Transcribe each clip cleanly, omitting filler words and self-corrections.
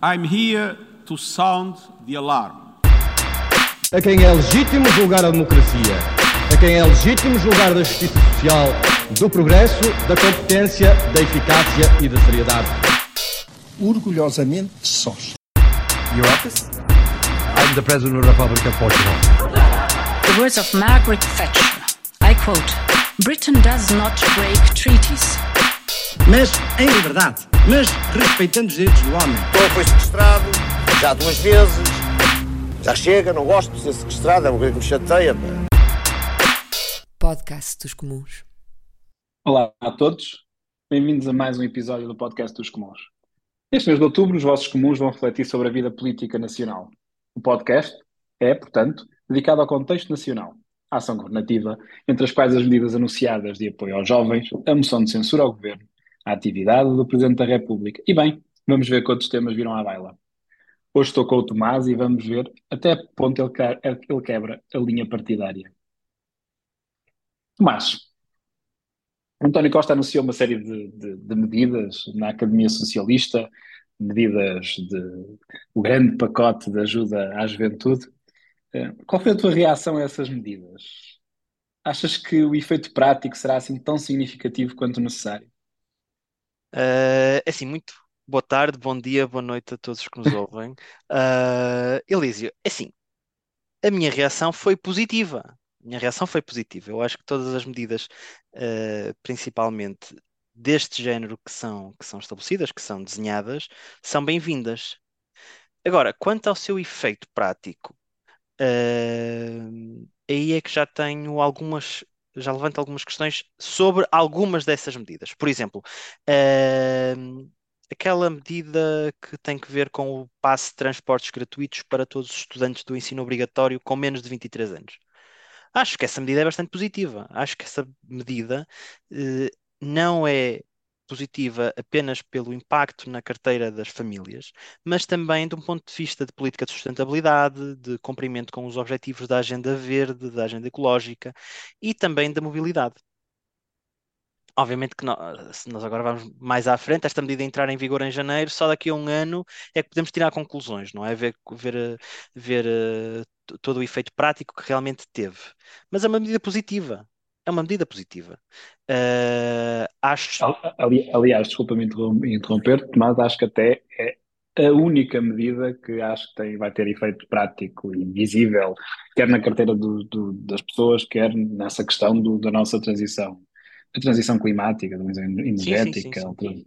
I'm here to sound the alarm. A quem é legítimo julgar a democracia, a quem é legítimo julgar da justiça social, do progresso, da competência, da eficácia e da seriedade. Orgulhosamente sós. Your office? I'm the President of the Republic of Portugal. The words of Margaret Thatcher. I quote, Britain does not break treaties. Mas em liberdade, mas respeitando os direitos do homem. Então foi sequestrado, já 2 vezes. Já chega, não gosto de ser sequestrado, é uma coisa que me chateia. Podcast dos Comuns. Olá a todos, bem-vindos a mais um episódio do Podcast dos Comuns. Este mês de outubro, os vossos comuns vão refletir sobre a vida política nacional. O podcast é, portanto, dedicado ao contexto nacional, à ação governativa, entre as quais as medidas anunciadas de apoio aos jovens, a moção de censura ao governo, a atividade do Presidente da República. E bem, vamos ver quantos temas viram à baila. Hoje estou com o Tomás e vamos ver até que ponto ele quebra a linha partidária. Tomás, António Costa anunciou uma série de medidas na Academia Socialista, o grande pacote de ajuda à juventude. Qual foi a tua reação a essas medidas? Achas que o efeito prático será assim tão significativo quanto necessário? Assim, muito boa tarde, bom dia, boa noite a todos que nos ouvem. Elísio, assim, a minha reação foi positiva. Eu acho que todas as medidas, principalmente deste género que são estabelecidas, que são desenhadas, são bem-vindas. Agora, quanto ao seu efeito prático, aí é que já levanto algumas questões sobre algumas dessas medidas. Por exemplo, aquela medida que tem que ver com o passe de transportes gratuitos para todos os estudantes do ensino obrigatório com menos de 23 anos. Acho que essa medida é bastante positiva. Acho que essa medida não é positiva apenas pelo impacto na carteira das famílias, mas também de um ponto de vista de política de sustentabilidade, de cumprimento com os objetivos da agenda verde, da agenda ecológica e também da mobilidade. Obviamente que se nós agora vamos mais à frente, esta medida entrar em vigor em janeiro, só daqui a um ano é que podemos tirar conclusões, não é? Ver todo o efeito prático que realmente teve. Mas é uma medida positiva. É uma medida positiva. Acho. Aliás, desculpa-me interromper, mas acho que até é a única medida que acho que vai ter efeito prático e visível, quer na carteira das pessoas, quer nessa questão da nossa transição. A transição climática, a transição energética.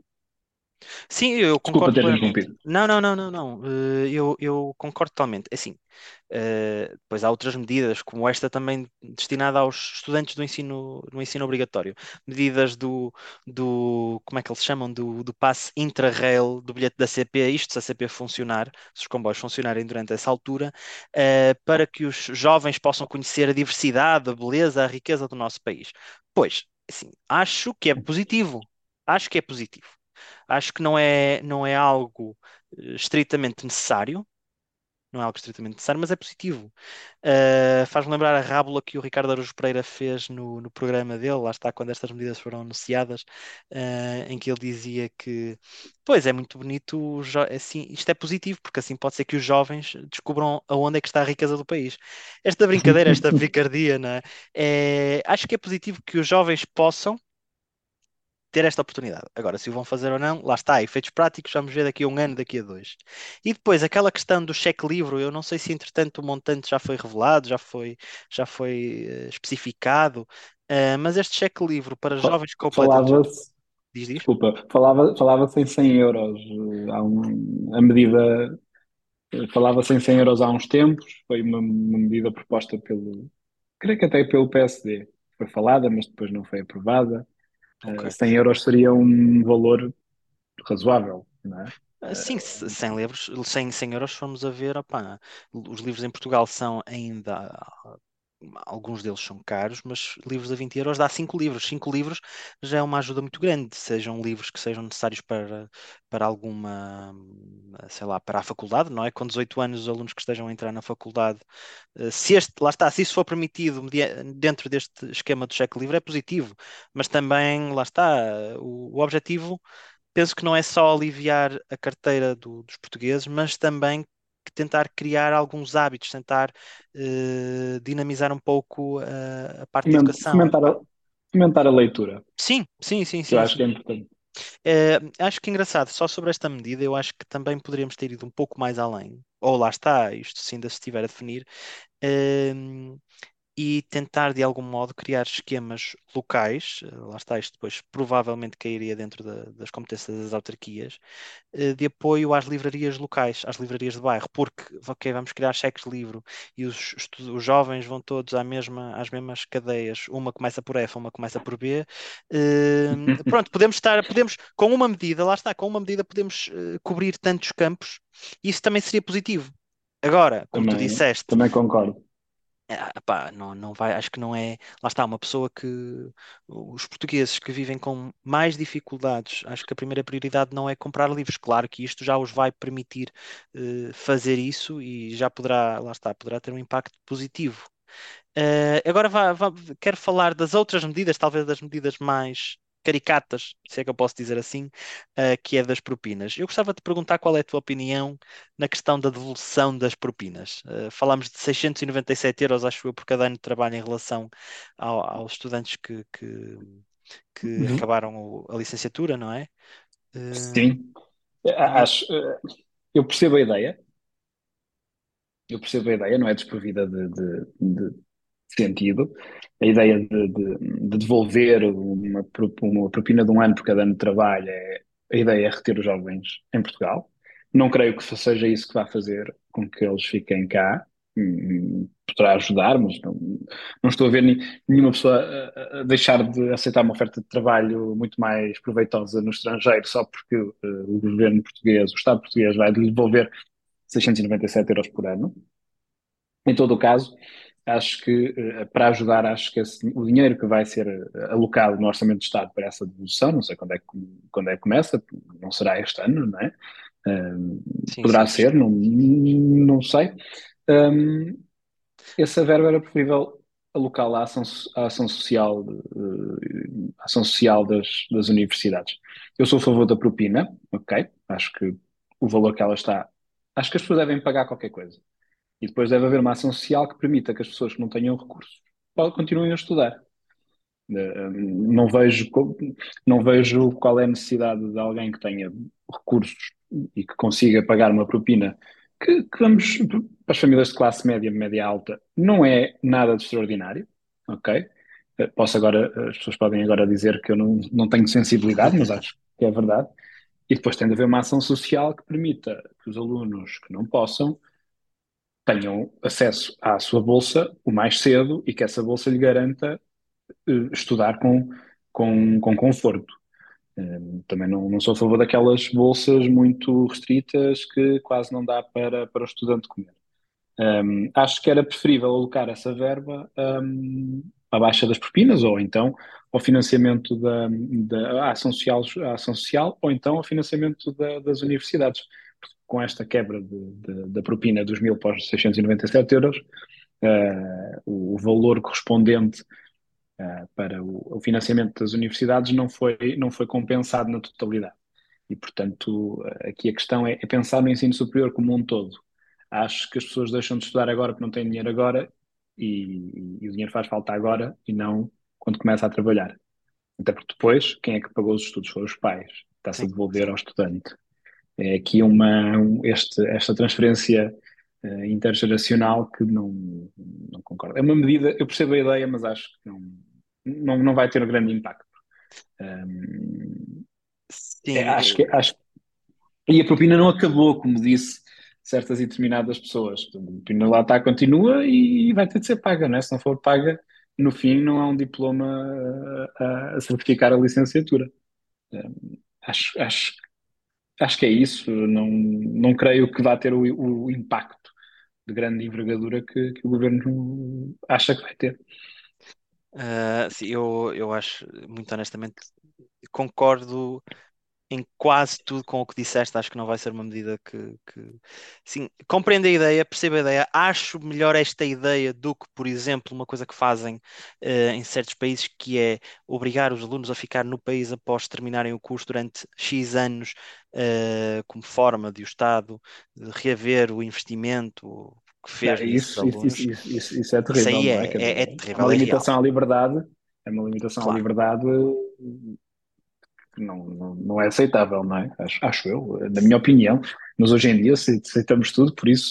Sim, eu Desculpa concordo ter plenamente. interrompido. Não. Eu concordo totalmente. Assim, depois há outras medidas, como esta também destinada aos estudantes do ensino obrigatório. Medidas como é que eles chamam? Do passe intra-rail do bilhete da CP, isto se a CP funcionar, se os comboios funcionarem durante essa altura, para que os jovens possam conhecer a diversidade, a beleza, a riqueza do nosso país. Pois, assim, acho que é positivo. Acho que é positivo. Acho que não é algo estritamente necessário, mas é positivo. Faz-me lembrar a rábula que o Ricardo Araújo Pereira fez no programa dele, lá está, quando estas medidas foram anunciadas, em que ele dizia que, pois, é muito bonito, assim, isto é positivo, porque assim pode ser que os jovens descubram aonde é que está a riqueza do país. Esta brincadeira, esta picardia, não é? Acho que é positivo que os jovens possam ter esta oportunidade. Agora, se o vão fazer ou não, lá está, efeitos práticos, vamos ver daqui a um ano, daqui a 2. E depois, aquela questão do cheque livre, eu não sei se entretanto o montante já foi revelado, já foi especificado, mas este cheque livre para jovens completamente... Falava-se, Diz. desculpa, falava-se em 100 euros. A medida falava-se em 100 euros há uns tempos, foi uma medida proposta creio que até pelo PSD. Foi falada, mas depois não foi aprovada. Ok. 100 euros seria um valor razoável, não é? Sim, 100 livros, 100 euros, se formos a ver, opá, os livros em Portugal são ainda, alguns deles são caros, mas livros a 20 euros dá 5 livros. 5 livros já é uma ajuda muito grande, sejam livros que sejam necessários para alguma, sei lá, para a faculdade, não é? Com 18 anos, os alunos que estejam a entrar na faculdade, se isso for permitido dentro deste esquema do cheque livre, é positivo, mas também, lá está, o objetivo penso que não é só aliviar a carteira dos portugueses, mas também tentar criar alguns hábitos, tentar dinamizar um pouco a parte da educação. Fomentar a leitura, Sim, sim, sim, que eu sim, acho que é sim. importante. Acho que é engraçado, só sobre esta medida, eu acho que também poderíamos ter ido um pouco mais além. Ou lá está, isto se ainda se estiver a definir. Ehm, e tentar de algum modo criar esquemas locais, lá está, isto depois provavelmente cairia dentro das competências das autarquias, de apoio às livrarias locais, às livrarias de bairro, porque, ok, vamos criar cheques de livro e os jovens vão todos às mesmas cadeias, uma começa por F, uma começa por B. Pronto, podemos, com uma medida, lá está, com uma medida podemos cobrir tantos campos, e isso também seria positivo. Agora, como tu disseste, Também concordo. pá, não, não vai, acho que não é. Lá está, uma pessoa que. Os portugueses que vivem com mais dificuldades, acho que a primeira prioridade não é comprar livros. Claro que isto já os vai permitir fazer isso e já poderá, lá está, poderá ter um impacto positivo. Agora quero falar das outras medidas, talvez das medidas mais caricatas, se é que eu posso dizer assim, que é das propinas. Eu gostava de perguntar qual é a tua opinião na questão da devolução das propinas. Falámos de 697 euros, acho eu, por cada ano de trabalho em relação aos estudantes que acabaram a licenciatura, não é? Uh, Sim, e, acho, eu percebo a ideia, não é desprovida de sentido. A ideia de devolver uma propina de um ano por cada ano de trabalho, a ideia é reter os jovens em Portugal. Não creio que seja isso que vai fazer com que eles fiquem cá. Poderá ajudar, mas não estou a ver nenhuma pessoa a deixar de aceitar uma oferta de trabalho muito mais proveitosa no estrangeiro só porque o governo português, o Estado português, vai lhe devolver 697 euros por ano. Em todo o caso, acho que para ajudar, acho que o dinheiro que vai ser alocado no Orçamento de Estado para essa devolução, não sei quando é que começa, não será este ano, não é? sim, Poderá sim. ser, não sei. Essa verba era preferível alocá-la à ação social, à ação social das universidades. Eu sou a favor da propina, ok? Acho que o valor que ela está. Acho que as pessoas devem pagar qualquer coisa. E depois deve haver uma ação social que permita que as pessoas que não tenham recursos continuem a estudar. Não vejo qual é a necessidade de alguém que tenha recursos e que consiga pagar uma propina que vamos, para as famílias de classe média, média alta, não é nada de extraordinário, ok? As pessoas podem agora dizer que eu não tenho sensibilidade, mas acho que é verdade. E depois tem de haver uma ação social que permita que os alunos que não possam tenham acesso à sua bolsa o mais cedo e que essa bolsa lhe garanta estudar com conforto. Também não sou a favor daquelas bolsas muito restritas que quase não dá para o estudante comer. Acho que era preferível alocar essa verba à baixa das propinas ou então ao financiamento da ação social ou então ao financiamento das universidades. Com esta quebra da propina dos 1.000 para os 697 euros, o valor correspondente para o financiamento das universidades não foi compensado na totalidade. E, portanto, aqui a questão é pensar no ensino superior como um todo. Acho que as pessoas deixam de estudar agora porque não têm dinheiro agora e o dinheiro faz falta agora e não quando começa a trabalhar. Até porque depois, quem é que pagou os estudos? Foram os pais. Está-se a Sim, devolver sim. ao estudante. É aqui esta transferência intergeracional que não concordo. É uma medida, eu percebo a ideia, mas acho que não vai ter um grande impacto. Um, Sim, acho, e a propina não acabou, como disse certas e determinadas pessoas. Portanto, a propina lá está, continua e vai ter de ser paga, não é? Se não for paga, no fim não há um diploma a certificar a licenciatura. Acho, acho, acho que é isso. Não creio que vá ter o impacto de grande envergadura que o governo acha que vai ter. sim, eu acho, muito honestamente, concordo em quase tudo com o que disseste. Acho que não vai ser uma medida sim, compreendo a ideia, percebo a ideia, acho melhor esta ideia do que, por exemplo, uma coisa que fazem em certos países, que é obrigar os alunos a ficar no país após terminarem o curso durante X anos, como forma de o Estado de reaver o investimento que fez Não, nesses alunos. isso é Isso terrível, aí não é? é, Quer é, é dizer, é uma terrível, é real, limitação à liberdade, é uma limitação à claro. liberdade que não é aceitável, não é? Acho eu, na minha opinião. Mas hoje em dia aceitamos tudo, por isso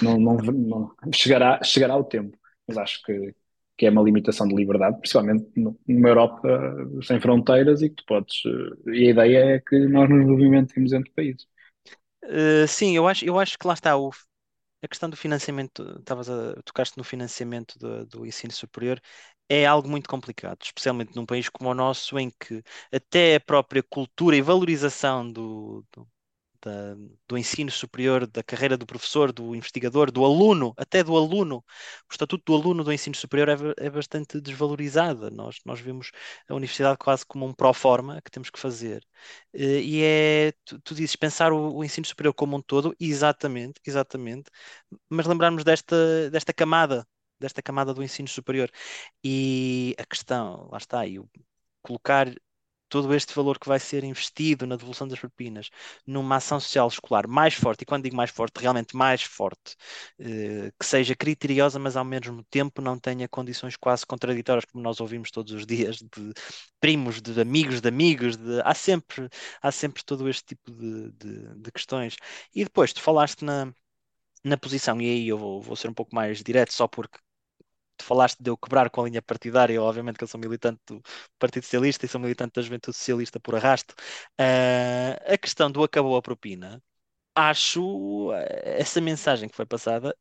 chegará o tempo. Mas acho que é uma limitação de liberdade, principalmente numa Europa sem fronteiras e que tu podes. E a ideia é que nós nos movimentemos entre países. Sim, eu acho que lá está a questão do financiamento. Tocaste no financiamento do ensino superior, é algo muito complicado, especialmente num país como o nosso, em que até a própria cultura e valorização da- do ensino superior, da carreira do professor, do investigador, do aluno, até do aluno, o estatuto do aluno do ensino superior é bastante desvalorizado. Nós vemos a universidade quase como um pró-forma que temos que fazer. Tu dizes pensar o ensino superior como um todo, exatamente, exatamente, mas lembrarmos desta camada do ensino superior. E a questão, lá está, e o colocar todo este valor que vai ser investido na devolução das propinas numa ação social escolar mais forte, e quando digo mais forte, realmente mais forte, que seja criteriosa, mas ao mesmo tempo não tenha condições quase contraditórias, como nós ouvimos todos os dias, de primos, de amigos, há sempre todo este tipo de questões. E depois, tu falaste na posição, e aí eu vou ser um pouco mais direto, só porque tu falaste de eu quebrar com a linha partidária. Obviamente que eu sou militante do Partido Socialista e sou militante da Juventude Socialista por arrasto. A questão do acabou a propina, acho essa mensagem que foi passada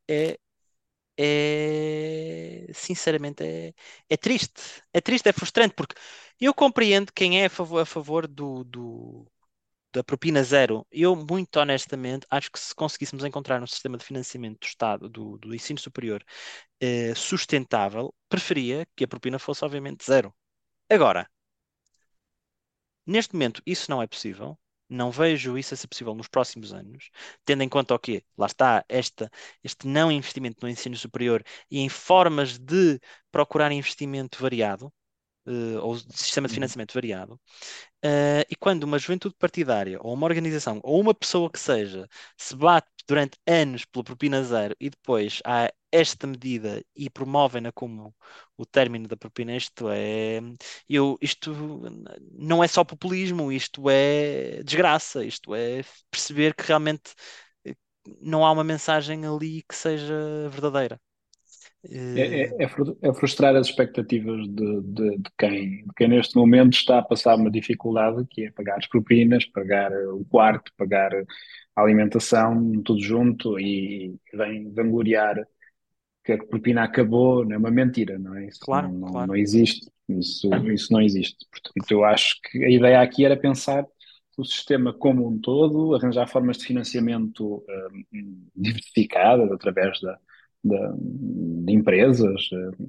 sinceramente é triste. É triste, é frustrante, porque eu compreendo quem é a favor da propina zero. Eu, muito honestamente, acho que se conseguíssemos encontrar um sistema de financiamento do Estado, do ensino superior, sustentável, preferia que a propina fosse, obviamente, zero. Agora, neste momento, isso não é possível. Não vejo isso a ser possível nos próximos anos, tendo em conta o quê? Lá está, este não investimento no ensino superior e em formas de procurar investimento variado, ou sistema de Uhum. financiamento variado. E quando uma juventude partidária, ou uma organização, ou uma pessoa que seja, se bate durante anos pela propina zero e depois há esta medida e promovem-na como o término da propina, isto não é só populismo, isto é desgraça, isto é perceber que realmente eh, não há uma mensagem ali que seja verdadeira. Eh, É frustrar as expectativas de quem neste momento está a passar uma dificuldade, que é pagar as propinas, pagar o quarto, pagar a alimentação, tudo junto, e vem vangloriar que a propina acabou. Não é uma mentira, não é? Isso claro, não claro, existe. Isso não existe. Portanto, eu acho que a ideia aqui era pensar o sistema como um todo, arranjar formas de financiamento diversificadas através de empresas,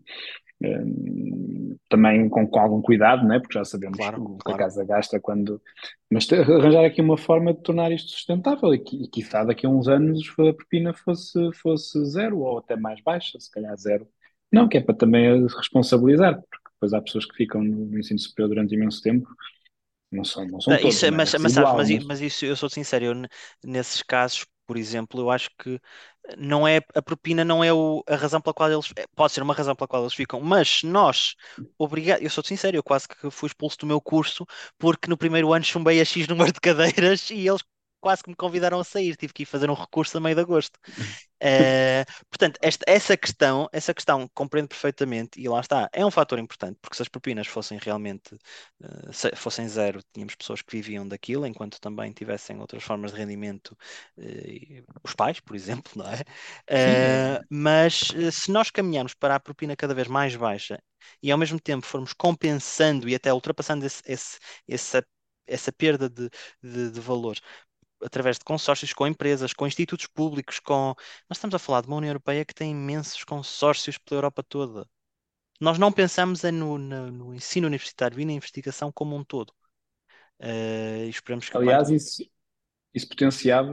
também com algum cuidado, não é? Porque já sabemos claro, o que a claro. casa gasta quando. Mas arranjar aqui uma forma de tornar isto sustentável e quiçá daqui a uns anos a propina fosse zero ou até mais baixa, se calhar zero. Não, que é para também responsabilizar, porque depois há pessoas que ficam no ensino superior durante imenso tempo, não são todos, não é? É Sabes, residual, mas. mas isso eu sou sincero, nesses casos, por exemplo, eu acho que não é a propina, não é a razão pela qual eles, pode ser uma razão pela qual eles ficam, mas se nós eu sou sincero, eu quase que fui expulso do meu curso porque no primeiro ano chumbei a X número de cadeiras e eles quase que me convidaram a sair, tive que ir fazer um recurso a meio de agosto. Portanto, essa questão compreendo perfeitamente, e lá está, é um fator importante, porque se as propinas fossem realmente, fossem zero, tínhamos pessoas que viviam daquilo, enquanto também tivessem outras formas de rendimento, os pais, por exemplo, não é? Sim, Mas se nós caminharmos para a propina cada vez mais baixa e ao mesmo tempo formos compensando e até ultrapassando essa, essa perda de valor através de consórcios com empresas, com institutos públicos, Nós estamos a falar de uma União Europeia que tem imensos consórcios pela Europa toda. Nós não pensamos no ensino universitário e na investigação como um todo. E esperamos que Aliás, quando. isso potenciava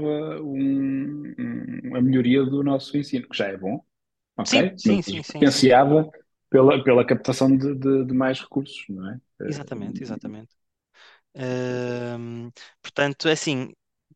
a melhoria do nosso ensino, que já é bom, Sim, ok? sim, Mas sim, sim, sim. potenciava pela captação de mais recursos, não é? Exatamente, exatamente. Ahm, Portanto, é assim,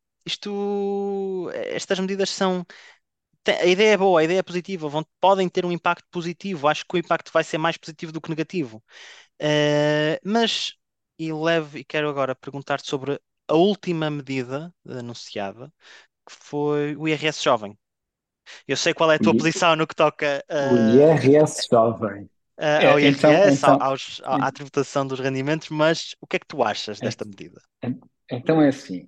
estas medidas são. A ideia é boa, a ideia é positiva, podem ter um impacto positivo. Acho que o impacto vai ser mais positivo do que negativo. Mas, e quero agora perguntar-te sobre a última medida anunciada, que foi o IRS jovem. Eu sei qual é a O, tua I- posição no que toca o IRS jovem. ao Então, IRS, à tributação dos rendimentos, mas o que é que tu achas en- desta medida? então é assim,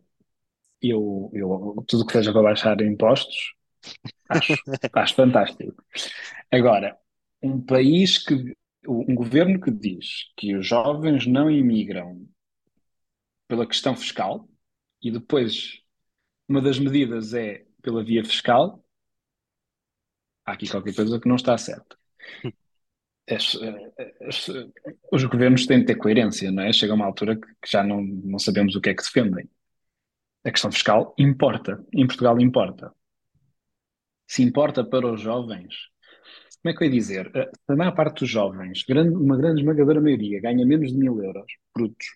tudo que seja para baixar impostos, acho fantástico. Agora, um país um governo que diz que os jovens não imigram pela questão fiscal e depois uma das medidas é pela via fiscal, há aqui qualquer coisa que não está certo. As- as- os governos têm de ter coerência, não é? Chega uma altura que já não sabemos o que é que defendem. A questão fiscal importa. Em Portugal importa. Se importa para os jovens, como é que eu ia dizer? A maior parte dos jovens, uma grande esmagadora maioria, ganha menos de 1.000 euros brutos.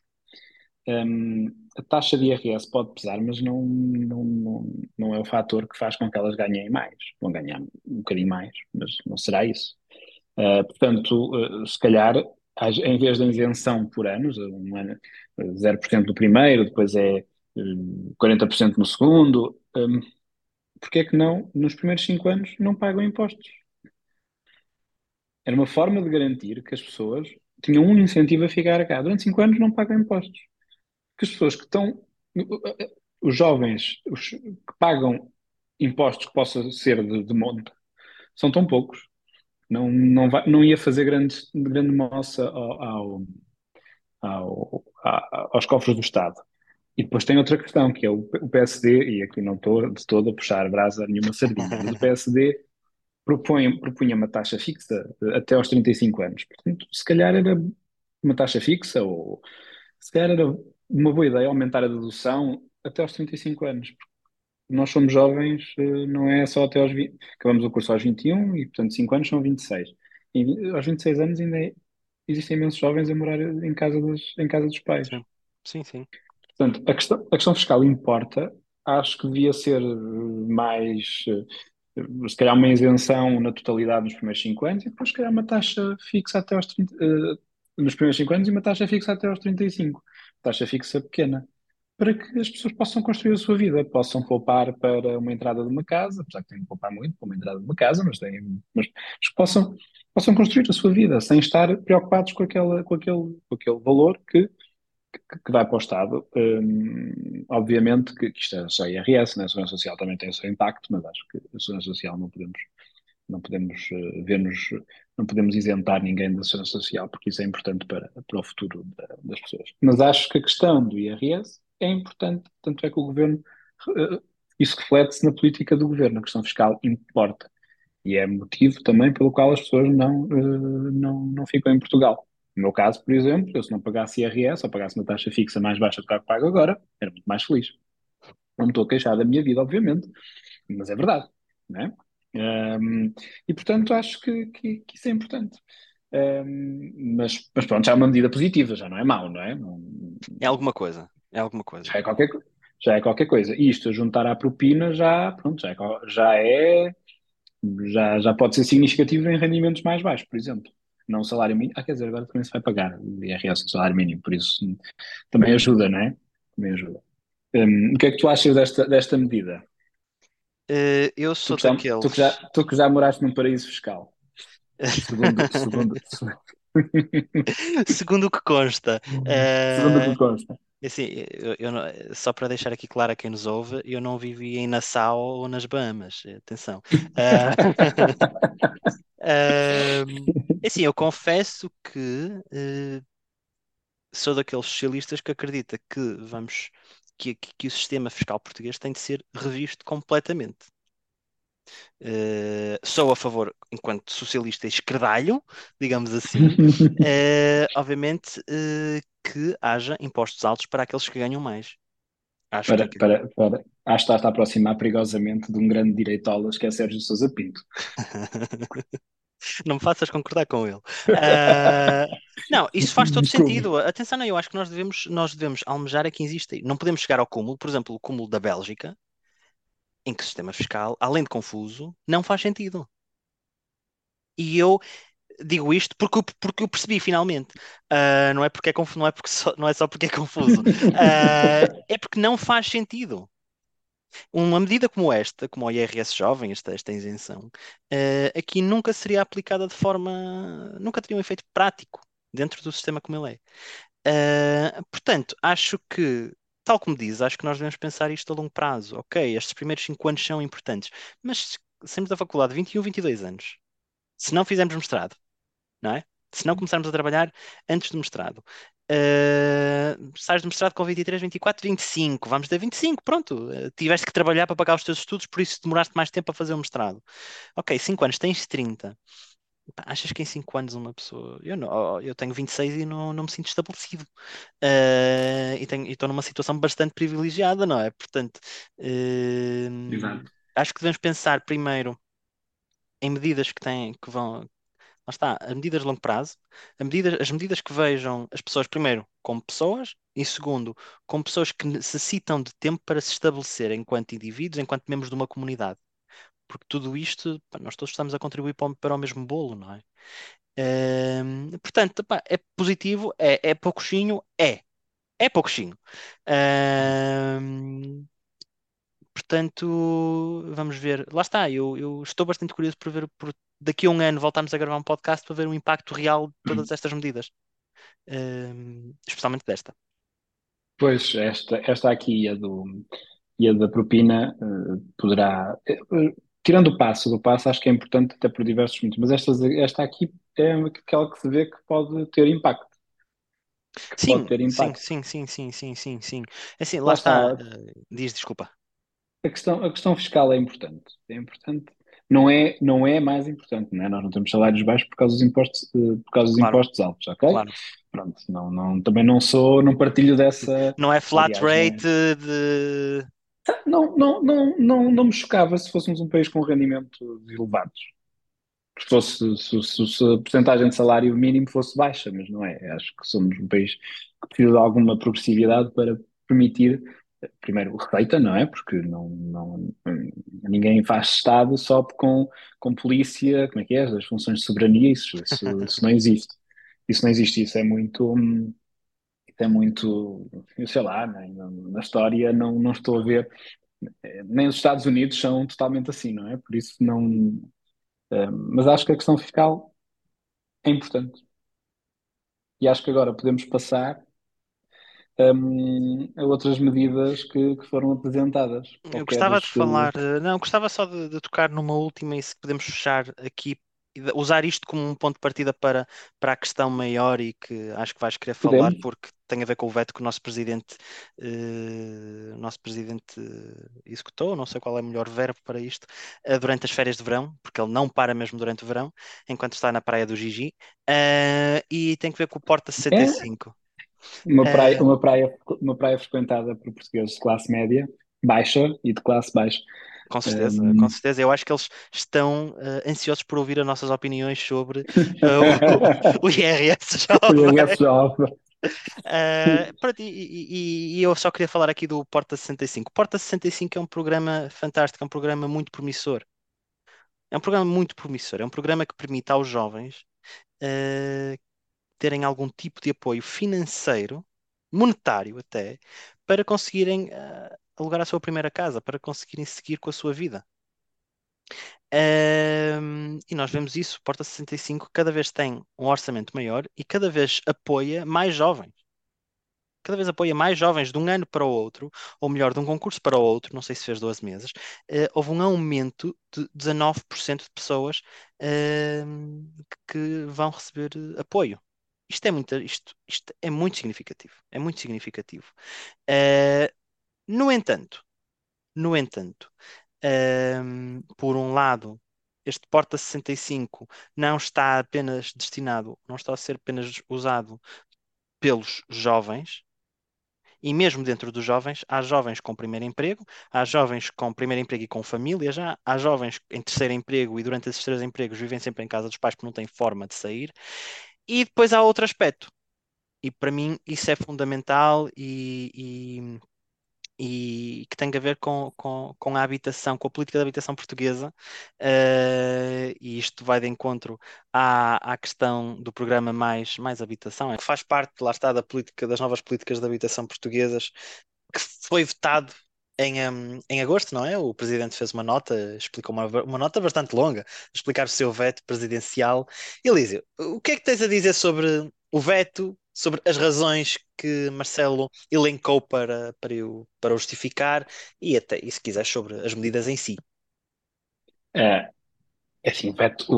A taxa de IRS pode pesar, mas não é o fator que faz com que elas ganhem mais. Vão ganhar um bocadinho mais, mas não será isso. Portanto, se calhar, em vez da isenção por anos, um ano, 0% no primeiro, depois é 40% no segundo, porque é que não, nos primeiros 5 anos, não pagam impostos? Era uma forma de garantir que as pessoas tinham um incentivo a ficar cá. Durante 5 anos não pagam impostos. Que as pessoas que estão, os jovens, os que pagam impostos que possam ser de monte, são tão poucos. Não ia fazer grande moça aos cofres do Estado. E depois tem outra questão, que é o PSD, e aqui não estou de todo a puxar brasa a nenhuma sardinha, mas o PSD propunha uma taxa fixa até aos 35 anos. Portanto, se calhar era uma taxa fixa, ou se calhar era uma boa ideia aumentar a dedução até aos 35 anos. Nós somos jovens, não é só até aos 20. Acabamos o curso aos 21 e, portanto, 5 anos são 26. E aos 26 anos ainda existem imensos jovens a morar em casa dos pais. Sim, sim, sim. Portanto, a questão fiscal importa. Acho que devia ser mais, se calhar uma isenção na totalidade nos primeiros 5 anos e depois, se calhar, uma taxa fixa até aos 30, nos primeiros 5 anos e uma taxa fixa até aos 35. Taxa fixa pequena, para que as pessoas possam construir a sua vida, possam poupar para uma entrada de uma casa, apesar que têm que poupar muito para uma entrada de uma casa, mas que possam construir a sua vida sem estar preocupados com aquele valor que vai para o Estado. Obviamente que isto é só IRS, né? A Segurança Social também tem o seu impacto, mas acho que a Segurança Social não podemos ver-nos, não podemos isentar ninguém da Segurança Social, porque isso é importante para o futuro das pessoas. Mas acho que a questão do IRS é importante, tanto é que o governo, eh, isso reflete-se na política do governo, a questão fiscal importa. E é motivo também pelo qual as pessoas não ficam em Portugal. No meu caso, por exemplo, eu se não pagasse IRS ou pagasse uma taxa fixa mais baixa do que a que pago agora, era muito mais feliz. Não me estou a queixar da minha vida, obviamente, mas é verdade, não é? E portanto acho que isso é importante. Mas pronto, já é uma medida positiva, já não é mau, não é? É alguma coisa. É alguma coisa. Já é qualquer coisa. E isto a juntar à propina já, pronto, já pode ser significativo em rendimentos mais baixos, por exemplo. Não o salário mínimo. Quer dizer, agora também se vai pagar o IRS do salário mínimo, por isso também ajuda, não é? Também ajuda. O que é que tu achas desta medida? Eu Tu sou que já, tu que já, daqueles. tu que já moraste num paraíso fiscal. Segundo, Segundo o que consta, segundo o que consta. assim, só para deixar aqui claro a quem nos ouve, eu não vivi em Nassau ou nas Bahamas, atenção. Ah, assim, eu confesso que sou daqueles socialistas que acredita que o sistema fiscal português tem de ser revisto completamente. Sou a favor, enquanto socialista esquerdalho, digamos assim, obviamente, que haja impostos altos para aqueles que ganham mais. Acho que Acho que está a aproximar perigosamente de um grande direitolas que é Sérgio Sousa Pinto. não me faças concordar com ele. Ah, não, isso faz todo Desculpe. sentido. Atenção, não, eu acho que nós devemos almejar a que exista. Não podemos chegar ao cúmulo, por exemplo, o cúmulo da Bélgica, em que o sistema fiscal, além de confuso, não faz sentido. E eu digo isto porque eu percebi finalmente. Não é porque é confuso, não é só porque é confuso. É porque não faz sentido. Uma medida como esta, como o IRS jovem, esta isenção, aqui nunca seria aplicada de forma, nunca teria um efeito prático dentro do sistema como ele é. Portanto, acho que, tal como diz, acho que nós devemos pensar isto a longo prazo. Ok, estes primeiros 5 anos são importantes, mas se saímos da faculdade 21, 22 anos, se não fizermos mestrado, não é? Se não começarmos a trabalhar antes do mestrado. Sais do mestrado com 23, 24, 25. Vamos ter 25, pronto. Tiveste que trabalhar para pagar os teus estudos, por isso demoraste mais tempo a fazer o mestrado. Ok, 5 anos, tens 30. Pá, achas que em 5 anos uma pessoa. Eu tenho 26 e não me sinto estabelecido. E estou numa situação bastante privilegiada, não é? Portanto, Exato. acho que devemos pensar primeiro em medidas que vão. Lá está, as medidas de longo prazo, as medidas que vejam as pessoas, primeiro, como pessoas, e segundo, como pessoas que necessitam de tempo para se estabelecer enquanto indivíduos, enquanto membros de uma comunidade. Porque tudo isto, pá, nós todos estamos a contribuir para o mesmo bolo, não é? Portanto, pá, é positivo, é pouquinho, é pouquinho. Ahm, Portanto, vamos ver. Lá está, eu estou bastante curioso por ver, daqui a um ano voltarmos a gravar um podcast para ver o impacto real de todas estas medidas. Especialmente desta. Pois, esta aqui e a da propina poderá. Tirando o passo, do passo acho que é importante até por diversos motivos, mas esta aqui é aquela que se vê que pode ter impacto. Que pode Sim, ter sim, impacto. sim, sim, sim, sim, sim, sim. Assim, lá Lá está. está, Diz, desculpa. a questão fiscal é importante. É importante. Não é mais importante, não é? Nós não temos salários baixos por causa dos impostos, por causa dos Claro, impostos altos, ok? claro. Pronto, também não partilho dessa. Não é flat Aliás, rate de. não me chocava se fôssemos um país com rendimentos elevados. Se a porcentagem de salário mínimo fosse baixa, mas não é. Acho que somos um país que precisa de alguma progressividade para permitir, primeiro, receita, não é? Porque ninguém faz Estado só com polícia, como é que é? As funções de soberania, isso não existe. Isso não existe, isso é muito, eu sei lá, na história não estou a ver. Nem os Estados Unidos são totalmente assim, não é? Por isso não. Mas acho que a questão fiscal é importante. E acho que agora podemos passar a outras medidas que foram apresentadas. Ou Eu gostava queres de que. falar, não, gostava só de tocar numa última e se podemos fechar aqui e usar isto como um ponto de partida para a questão maior e que acho que vais querer falar Podemos? porque tem a ver com o veto que o nosso presidente executou, não sei qual é o melhor verbo para isto, durante as férias de verão, porque ele não para mesmo durante o verão, enquanto está na praia do Gigi, e tem que ver com o Porta É 65. uma praia, Uh, uma praia frequentada por portugueses de classe média, baixa e de classe baixa. Com certeza, com Um, certeza. Eu acho que eles estão ansiosos por ouvir as nossas opiniões sobre o IRS o jovem. IRS jovem. Pronto, e eu só queria falar aqui do Porta 65. O Porta 65 é um programa fantástico, é um programa muito promissor. É um programa muito promissor. É um programa que permite aos jovens eh, terem algum tipo de apoio financeiro, monetário até, para conseguirem alugar a sua primeira casa, para conseguirem seguir com a sua vida. E nós vemos isso, Porta 65 cada vez tem um orçamento maior e cada vez apoia mais jovens. Cada vez apoia mais jovens de um ano para o outro, ou melhor, de um concurso para o outro, não sei se fez 12 meses, houve um aumento de 19% de pessoas que vão receber apoio. Isto é muito significativo. É muito significativo. Eh, no entanto, no entanto, por um lado, este Porta 65 não está a ser apenas usado pelos jovens. E mesmo dentro dos jovens, há jovens com primeiro emprego, há jovens com primeiro emprego e com família já, há jovens em terceiro emprego e durante esses três empregos vivem sempre em casa dos pais porque não têm forma de sair. E depois há outro aspecto. E para mim isso é fundamental e que tem a ver com a habitação, com a política de habitação portuguesa, e isto vai de encontro à questão do programa Mais Habitação, que faz parte, lá está, da política, das novas políticas de habitação portuguesas, que foi vetado em agosto, não é? O presidente fez uma nota, explicou uma nota bastante longa, a explicar o seu veto presidencial. Elísio, o que é que tens a dizer sobre o veto, sobre as razões que Marcelo elencou para o justificar e se quiser, sobre as medidas em si? É, é assim,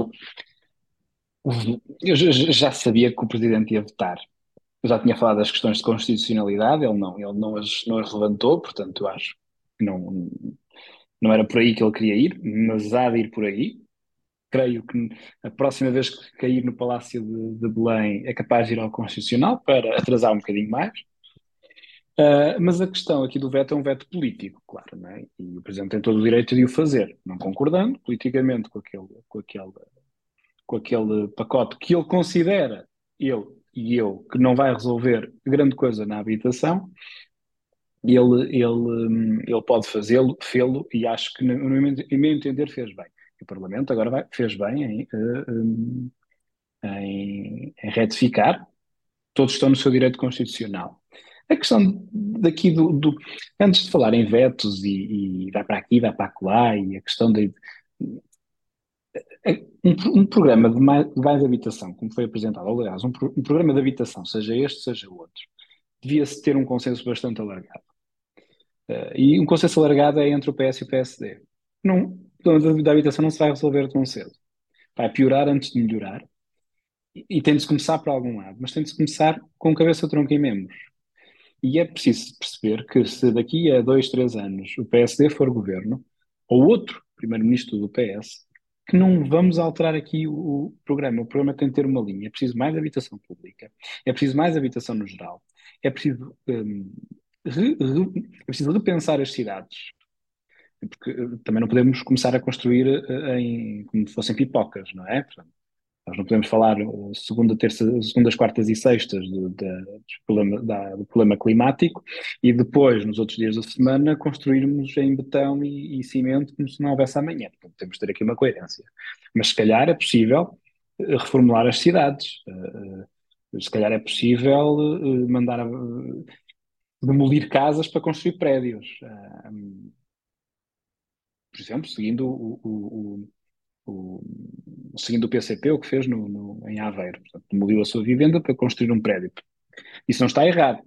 eu já sabia que o presidente ia vetar. Eu já tinha falado das questões de constitucionalidade, ele não as levantou, portanto, eu acho que não era por aí que ele queria ir, mas há de ir por aí. Creio que a próxima vez que cair no Palácio de Belém é capaz de ir ao Constitucional para atrasar um bocadinho mais. Mas a questão aqui do veto é um veto político, claro, não é? E o Presidente tem todo o direito de o fazer, não concordando politicamente com aquele pacote que ele considera, ele e eu, que não vai resolver grande coisa na habitação. Ele pode fê-lo, e acho que, em meu entender, fez bem. O Parlamento agora fez bem em retificar. Todos estão no seu direito constitucional. A questão daqui antes de falar em vetos e vai para aqui, vai para lá, e a questão um programa de mais habitação, como foi apresentado, aliás, um programa de habitação, seja este, seja outro, devia-se ter um consenso bastante alargado. E um consenso alargado é entre o PS e o PSD. Não, o problema da habitação não se vai resolver tão cedo. Vai piorar antes de melhorar. E tem de se começar por algum lado, mas tem de se começar com cabeça, tronco e membros. E é preciso perceber que se daqui a 2, 3 anos o PSD for governo, ou outro primeiro-ministro do PS, que não vamos alterar aqui o programa. O programa tem de ter uma linha. É preciso mais habitação pública, é preciso mais habitação no geral, é preciso, é preciso repensar as cidades, porque também não podemos começar a construir como se fossem pipocas, não é? Portanto, nós não podemos falar segundas, quartas e sextas do problema climático e depois, nos outros dias da semana, construirmos em betão e cimento como se não houvesse amanhã. Portanto, temos de ter aqui uma coerência. Mas se calhar é possível reformular as cidades. Se calhar é possível mandar demolir casas para construir prédios. Por exemplo, seguindo o PCP, o que fez em Aveiro. Portanto, demoliu a sua vivenda para construir um prédio. Isso não está errado.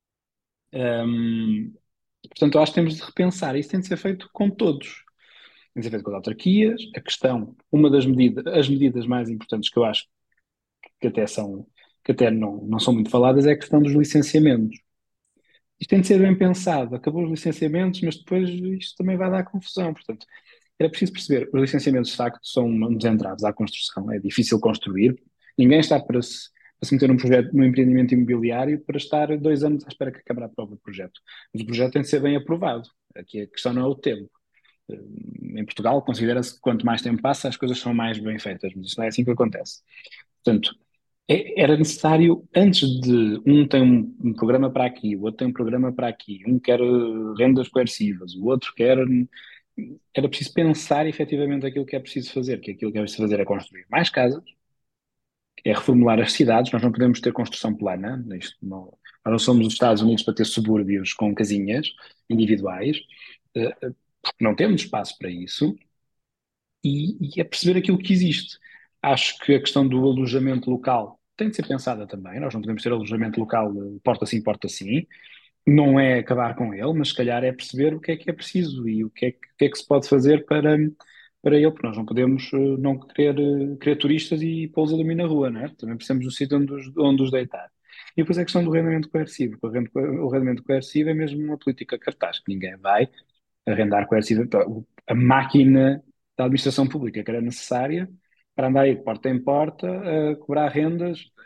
Portanto, eu acho que temos de repensar. Isso tem de ser feito com todos. Tem de ser feito com as autarquias. A questão, as medidas mais importantes que eu acho que até não são muito faladas é a questão dos licenciamentos. Isto tem de ser bem pensado. Acabou os licenciamentos, mas depois isto também vai dar confusão. Portanto, era preciso perceber, os licenciamentos de facto são uns entraves à construção, é difícil construir, ninguém está para se meter num projeto, num empreendimento imobiliário para estar 2 anos à espera que a Câmara aprove o projeto. Mas o projeto tem de ser bem aprovado, aqui a questão não é o tempo. Em Portugal considera-se que quanto mais tempo passa as coisas são mais bem feitas, mas isso não é assim que acontece. Portanto, era necessário, antes de um tem um programa para aqui, o outro tem um programa para aqui, um quer rendas coercivas, o outro quer. Era preciso pensar efetivamente aquilo que é preciso fazer, que aquilo que é preciso fazer é construir mais casas, é reformular as cidades. Nós não podemos ter construção plana, nós não somos os Estados Unidos para ter subúrbios com casinhas individuais, porque não temos espaço para isso, e é perceber aquilo que existe. Acho que a questão do alojamento local tem de ser pensada também. Nós não podemos ter alojamento local porta sim, porta sim. Não é acabar com ele, mas se calhar é perceber o que é preciso e o que é que se pode fazer para ele, porque nós não podemos não querer turistas e pô-los a dormir na rua, não é? Também precisamos do sítio onde os deitar. E depois é a questão do rendimento coercivo. O rendimento coercivo é mesmo uma política cartaz, que ninguém vai arrendar coercivo. A máquina da administração pública que era necessária para andar aí de porta em porta a cobrar rendas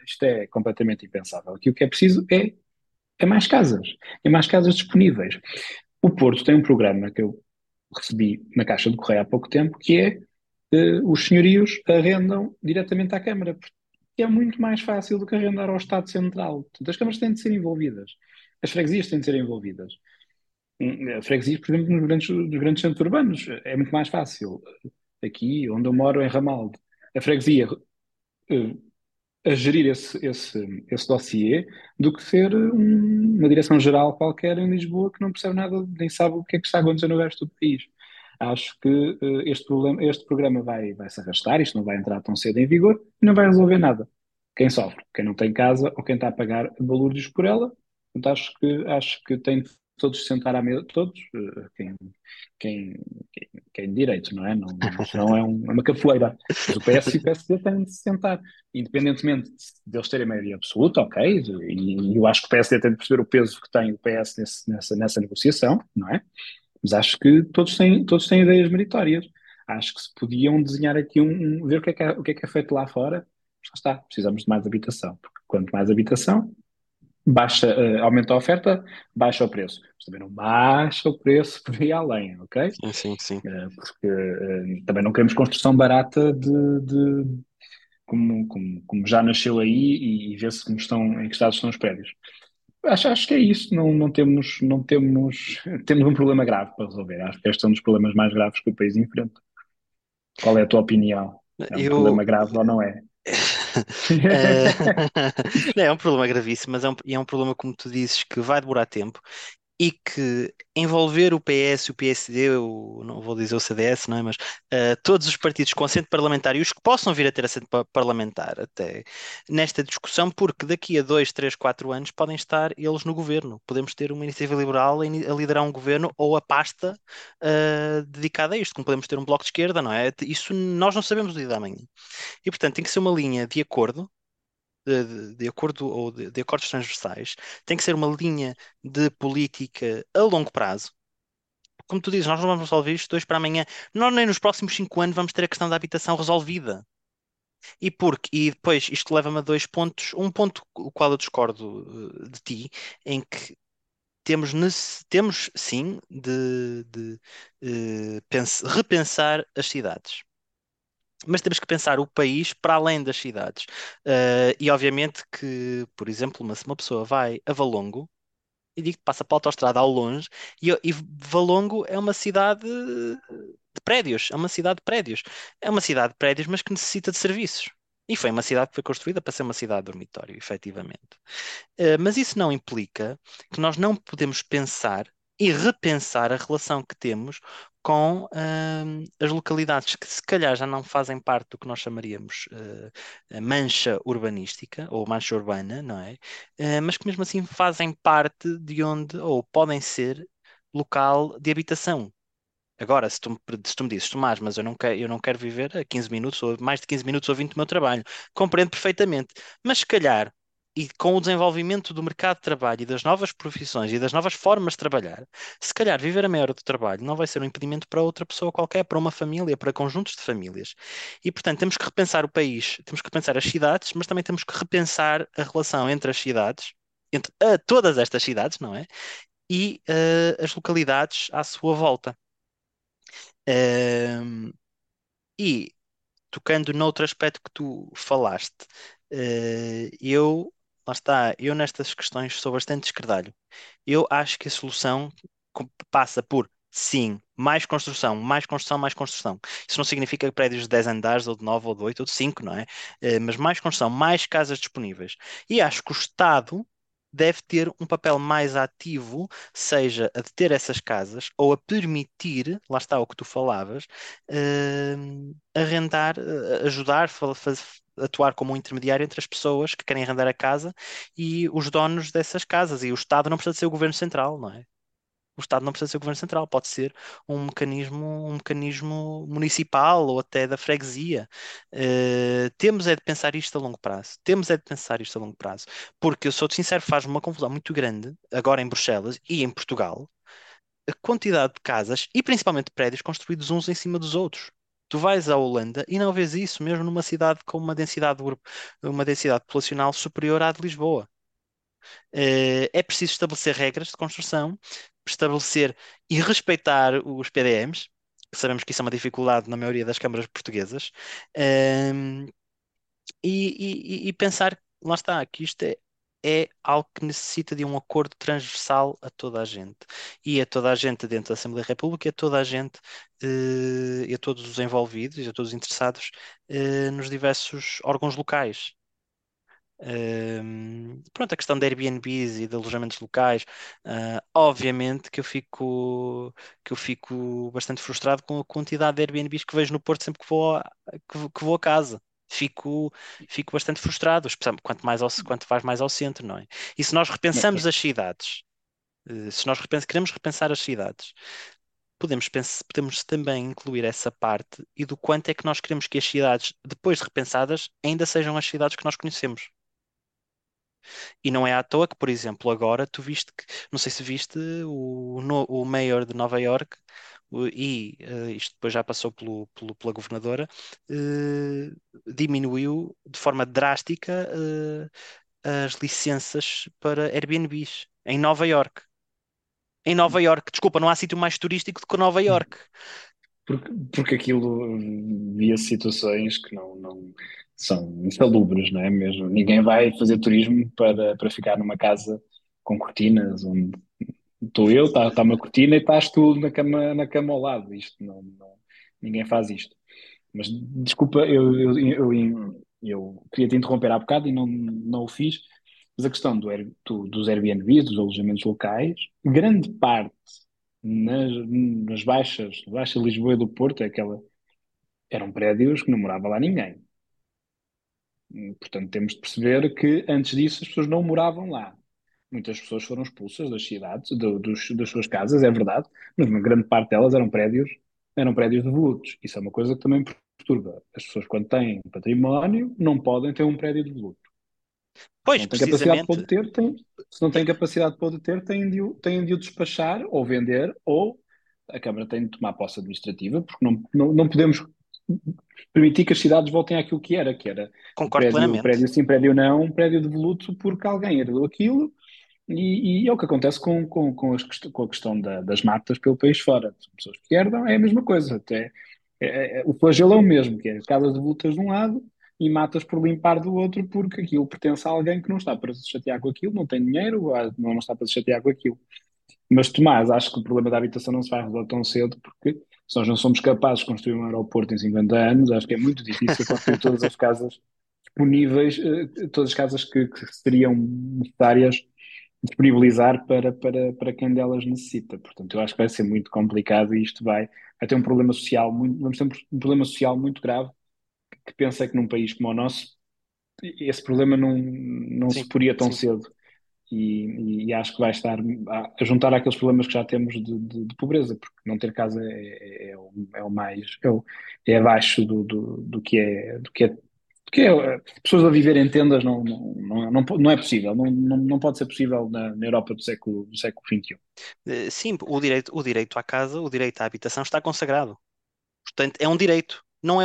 Isto é completamente impensável. Aqui o que é preciso é mais casas disponíveis. O Porto tem um programa que eu recebi na Caixa de Correio há pouco tempo, que é os senhorios arrendam diretamente à Câmara, porque é muito mais fácil do que arrendar ao Estado Central. Portanto, as câmaras têm de ser envolvidas, as freguesias têm de ser envolvidas. Freguesias, por exemplo, nos grandes centros urbanos, é muito mais fácil. Aqui, onde eu moro, em Ramalde, a freguesia eh, a gerir esse dossiê do que ser uma direção-geral qualquer em Lisboa que não percebe nada, nem sabe o que é que está a acontecer no resto do país. Acho que este programa vai se arrastar, isto não vai entrar tão cedo em vigor e não vai resolver nada. Quem sofre? Quem não tem casa ou quem está a pagar balúrdios por ela. Portanto, acho que tem de todos sentar à mesa, todos, quem, quem de direito, não é? Isto não é uma capoeira. Mas o PS e o PSD têm de se sentar, independentemente deles terem maioria absoluta, ok, e eu acho que o PSD tem de perceber o peso que tem o PS nessa negociação, não é? Mas acho que todos têm ideias meritórias. Acho que se podiam desenhar aqui ver o que é feito lá fora. Já está, precisamos de mais habitação, porque quanto mais habitação, aumenta a oferta, baixa o preço. Mas também não baixa o preço por aí além, ok? Sim, sim, sim. Porque também não queremos construção barata como já nasceu aí e vê-se em que estado estão os prédios. Acho que é isso, temos um problema grave para resolver. Acho que este é um dos problemas mais graves que o país enfrenta. Qual é a tua opinião? É um Eu, problema grave ou não é? Eh, não, é um problema gravíssimo, mas é um problema, como tu dizes, que vai demorar tempo e que envolver o PS, o PSD, não vou dizer o CDS, não é? Mas todos os partidos com assento parlamentar e os que possam vir a ter assento parlamentar até nesta discussão, porque daqui a 2, 3, 4 anos podem estar eles no governo. Podemos ter uma iniciativa liberal a liderar um governo ou a pasta dedicada a isto, como podemos ter um bloco de esquerda, não é? Isso nós não sabemos o dia da manhã. E, portanto, tem que ser uma linha de acordo, de acordo ou de acordos transversais, tem que ser uma linha de política a longo prazo. Como tu dizes, nós não vamos resolver isto de hoje para amanhã. Nós nem nos próximos 5 anos vamos ter a questão da habitação resolvida. E depois isto leva-me a dois pontos. Um ponto o qual eu discordo de ti, em que temos sim de repensar as cidades. Mas temos que pensar o país para além das cidades. E obviamente que, por exemplo, se uma pessoa vai a Valongo e digo que passa pela autoestrada ao longe, e Valongo é uma cidade de prédios, é uma cidade de prédios. É uma cidade de prédios, mas que necessita de serviços. E foi uma cidade que foi construída para ser uma cidade de dormitório, efetivamente. Mas isso não implica que nós não podemos pensar e repensar a relação que temos com as localidades que se calhar já não fazem parte do que nós chamaríamos a mancha urbanística ou mancha urbana, não é? Mas que mesmo assim fazem parte de onde, ou podem ser, local de habitação. Agora, se tu me dizes, Tomás, mas eu não quero viver a 15 minutos, ou mais de 15 minutos ou 20 do meu trabalho, compreendo perfeitamente. Mas se calhar, e com o desenvolvimento do mercado de trabalho e das novas profissões e das novas formas de trabalhar, se calhar viver a meia hora do trabalho não vai ser um impedimento para outra pessoa qualquer, para uma família, para conjuntos de famílias. E, portanto, temos que repensar o país, temos que repensar as cidades, mas também temos que repensar a relação entre as cidades, entre todas estas cidades, não é? E as localidades à sua volta. Ahm, e tocando noutro aspecto que tu falaste, lá está, eu nestas questões sou bastante esquerdalho. Eu acho que a solução passa por, sim, mais construção, mais construção, mais construção. Isso não significa prédios de 10 andares, ou de 9, ou de 8, ou de 5, não é? Mas mais construção, mais casas disponíveis. E acho que o Estado deve ter um papel mais ativo, seja a de ter essas casas ou a permitir, lá está o que tu falavas, arrendar, ajudar, atuar como um intermediário entre as pessoas que querem arrendar a casa e os donos dessas casas. E o Estado não precisa ser o governo central, não é? O Estado não precisa ser o governo central, pode ser um mecanismo municipal ou até da freguesia. Temos é de pensar isto a longo prazo. Temos é de pensar isto a longo prazo. Porque eu sou-te sincero, faz-me uma confusão muito grande, agora em Bruxelas e em Portugal, a quantidade de casas e principalmente prédios construídos uns em cima dos outros. Tu vais à Holanda e não vês isso mesmo numa cidade com uma densidade populacional superior à de Lisboa. É preciso estabelecer regras de construção, estabelecer e respeitar os PDMs, que sabemos que isso é uma dificuldade na maioria das câmaras portuguesas, ehm, e pensar, lá está, que isto é algo que necessita de um acordo transversal a toda a gente. E a toda a gente dentro da Assembleia da República, e a toda a gente, e a todos os envolvidos, e a todos os interessados, nos diversos órgãos locais. Pronto, a questão de Airbnbs e de alojamentos locais, obviamente que eu fico bastante frustrado com a quantidade de Airbnbs que vejo no Porto sempre que vou a casa. Fico, fico bastante frustrado, especialmente quanto vais mais ao centro, não é? E se nós repensamos as cidades, se nós queremos repensar as cidades, podemos também incluir essa parte e do quanto é que nós queremos que as cidades, depois de repensadas, ainda sejam as cidades que nós conhecemos. E não é à toa que, por exemplo, agora tu viste que, não sei se viste, o mayor de Nova York, isto depois já passou pela governadora, diminuiu de forma drástica, as licenças para Airbnbs em Nova York. Em Nova York, desculpa, não há sítio mais turístico do que Nova York. Porque aquilo via situações que não são insalubres, não é mesmo? Ninguém vai fazer turismo para ficar numa casa com cortinas, onde estou eu, está uma cortina e estás tu na cama ao lado. Isto ninguém faz isto. Mas desculpa, eu queria te interromper há bocado e não o fiz. Mas a questão dos Airbnbs, dos alojamentos locais, grande parte nas baixas, Baixa Lisboa e do Porto, eram prédios que não morava lá ninguém. Portanto, temos de perceber que antes disso as pessoas não moravam lá. Muitas pessoas foram expulsas das cidades, das suas casas, é verdade, mas uma grande parte delas eram prédios devolutos. Isso é uma coisa que também perturba. As pessoas, quando têm património, não podem ter um prédio devoluto. Se Pois, não têm capacidade para o precisamente. ter, se não têm capacidade para o ter, têm de o despachar ou vender, ou a Câmara tem de tomar posse administrativa, porque não podemos permitir que as cidades voltem àquilo que era o Concordo prédio, o plenamente. prédio sim, prédio não, um prédio devoluto porque alguém herdou aquilo e é o que acontece com a questão das matas pelo país fora. São pessoas que herdam, é a mesma coisa. Até, o flagelo é o mesmo, que é casas devolutas de um lado e matas por limpar do outro porque aquilo pertence a alguém que não está para se chatear com aquilo, não tem dinheiro, não está para se chatear com aquilo. Mas, Tomás, acho que o problema da habitação não se vai resolver tão cedo, porque se nós não somos capazes de construir um aeroporto em 50 anos, acho que é muito difícil construir todas as casas disponíveis, todas as casas que seriam necessárias disponibilizar para quem delas necessita. Portanto, eu acho que vai ser muito complicado e isto vai ter um problema social vamos ter um problema social muito grave, que pensa que num país como o nosso, esse problema não Sim, se poria tão sim. cedo e acho que vai estar a juntar àqueles problemas que já temos de pobreza, porque não ter casa é o mais é abaixo do que é pessoas a viver em tendas não é possível, não pode ser possível na Europa do século XXI. Sim, o direito à casa, o direito à habitação está consagrado. Portanto, é um direito.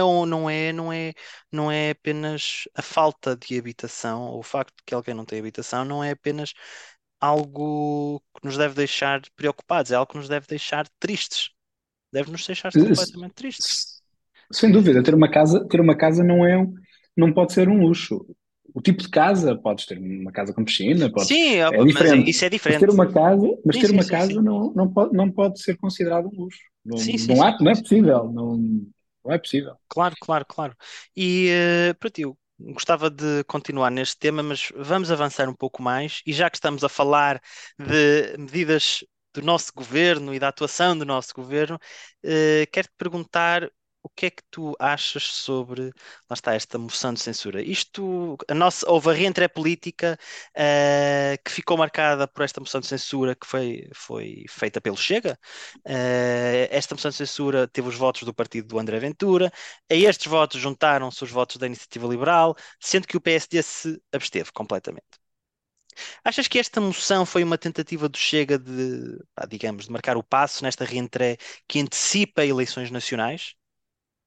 Não é apenas a falta de habitação, ou o facto de que alguém não tem habitação, não é apenas algo que nos deve deixar preocupados, é algo que nos deve deixar tristes. Deve-nos deixar completamente tristes. Sem dúvida, ter uma casa não pode ser um luxo. O tipo de casa, podes ter uma casa com piscina, Sim, é mas diferente. isso é Mas ter diferente. uma casa, mas Sim, ter sim, uma sim, sim. casa não pode ser considerado um luxo. Não, Sim, sim, não sim, há, sim, não é sim. possível. Não é possível. Claro, claro, claro. E pronto, eu gostava de continuar neste tema, mas vamos avançar um pouco mais. E já que estamos a falar de medidas do nosso governo e da atuação do nosso governo, quero-te perguntar o que é que tu achas sobre, lá está, esta moção de censura. Houve a reentrée política, que ficou marcada por esta moção de censura que foi feita pelo Chega. Esta moção de censura teve os votos do partido do André Ventura. A estes votos juntaram-se os votos da Iniciativa Liberal, sendo que o PSD se absteve completamente. Achas que esta moção foi uma tentativa do Chega digamos, de marcar o passo nesta reentrée que antecipa eleições nacionais?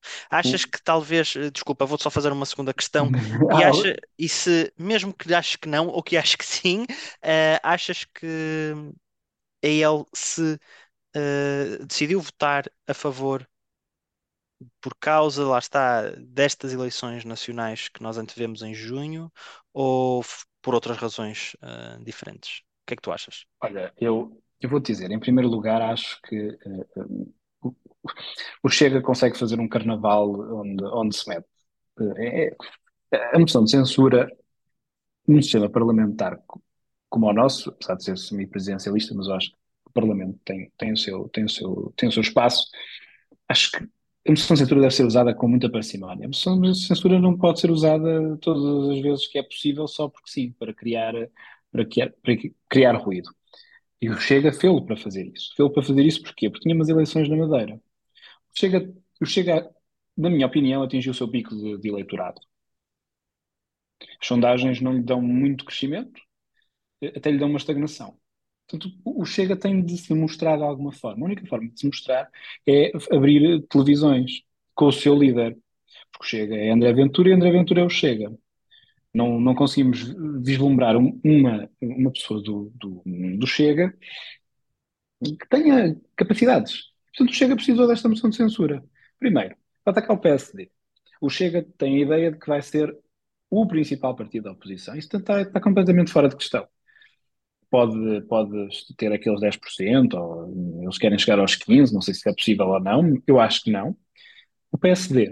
Achas O- que talvez, desculpa, vou só fazer uma segunda questão, Ah, e se, mesmo que aches que não, ou que aches que sim, achas que a ele se decidiu votar a favor por causa, lá está, destas eleições nacionais que nós antevemos em junho, ou por outras razões diferentes? O que é que tu achas? olha, eu vou te dizer, em primeiro lugar, acho que o o Chega consegue fazer um carnaval onde se mete. A moção de censura num sistema parlamentar como o nosso, apesar de ser semipresidencialista, mas eu acho que o Parlamento tem o seu espaço. Acho que a moção de censura deve ser usada com muita parcimónia. A moção de censura não pode ser usada todas as vezes que é possível só porque sim, para criar ruído. E o Chega fê-lo para fazer isso. Fê-lo para fazer isso porquê? Porque tinha umas eleições na Madeira. O Chega, na minha opinião, atingiu o seu pico de eleitorado. As sondagens não lhe dão muito crescimento, até lhe dão uma estagnação. Portanto, o Chega tem de se mostrar de alguma forma. A única forma de se mostrar é abrir televisões com o seu líder. Porque o Chega é André Ventura e André Ventura é o Chega. Não conseguimos vislumbrar uma pessoa do Chega que tenha capacidades. Portanto, o Chega precisou desta moção de censura. Primeiro, para atacar o PSD. O Chega tem a ideia de que vai ser o principal partido da oposição. Isso está completamente fora de questão. Pode ter aqueles 10%, ou eles querem chegar aos 15%, não sei se é possível ou não, eu acho que não. O PSD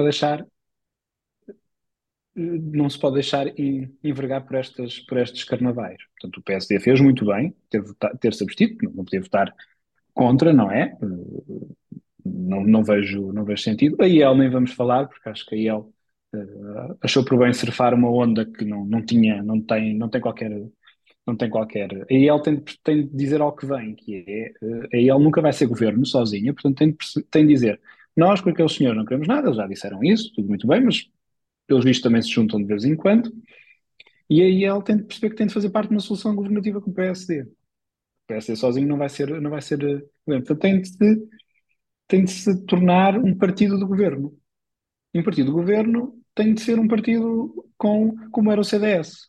não se pode deixar envergar por estes carnavais. Portanto, o PSD fez muito bem ter-se abstido, não podia votar contra, não é? Não vejo sentido. A IEL nem vamos falar, porque acho que a IEL achou por bem surfar uma onda que não tinha, não tem qualquer. A IEL tem de dizer ao que vem, que é a IEL nunca vai ser governo sozinha, portanto tem de dizer, nós com aqueles senhores não queremos nada, eles já disseram isso, tudo muito bem, mas pelos vistos também se juntam de vez em quando, e a IEL tem de perceber que tem de fazer parte de uma solução governativa com o PSD. O PSD sozinho não vai ser governo. Portanto, tem de se tornar um partido de governo. E um partido de governo tem de ser um partido como era o CDS.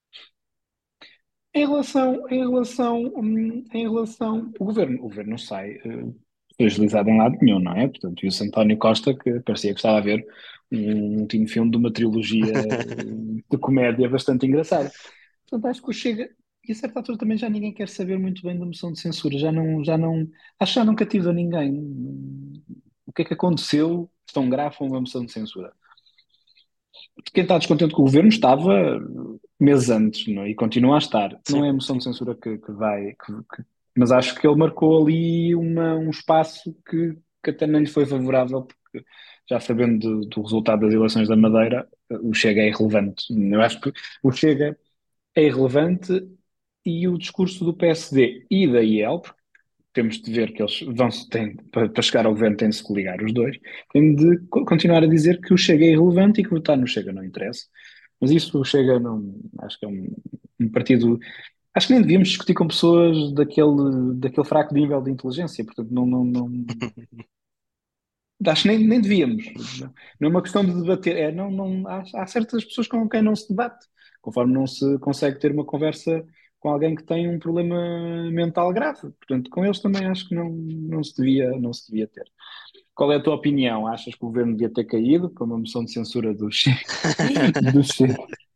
Em relação, o governo não sai fragilizado em lado nenhum, não é? Portanto, e o António Costa, que parecia que estava a ver um último filme de uma trilogia de comédia bastante engraçada. Portanto, acho que o Chega, e a certa altura também já ninguém quer saber muito bem da moção de censura, acho que já não cativa ninguém. O que é que aconteceu de tão grave com uma moção de censura? Quem está descontente com o governo estava meses antes, não é? E continua a estar. Sim, Não é a moção sim. de censura que vai. Mas acho que ele marcou ali um espaço que até nem lhe foi favorável, porque já sabendo do resultado das eleições da Madeira, o Chega é irrelevante. Eu acho que o Chega é irrelevante e o discurso do PSD e da IEL, temos de ver que eles para chegar ao governo têm de se coligar os dois, têm de continuar a dizer que o Chega é irrelevante e que votar no Chega não interessa. Mas isso o Chega não, acho que é um partido, acho que nem devíamos discutir com pessoas daquele fraco nível de inteligência, portanto acho que nem devíamos. Não é uma questão de debater, há certas pessoas com quem não se debate, conforme não se consegue ter uma conversa com alguém que tem um problema mental grave. Portanto, com eles também acho que não se devia ter. Qual é a tua opinião? Achas que o governo devia ter caído com uma moção de censura do Chega? Do Chega?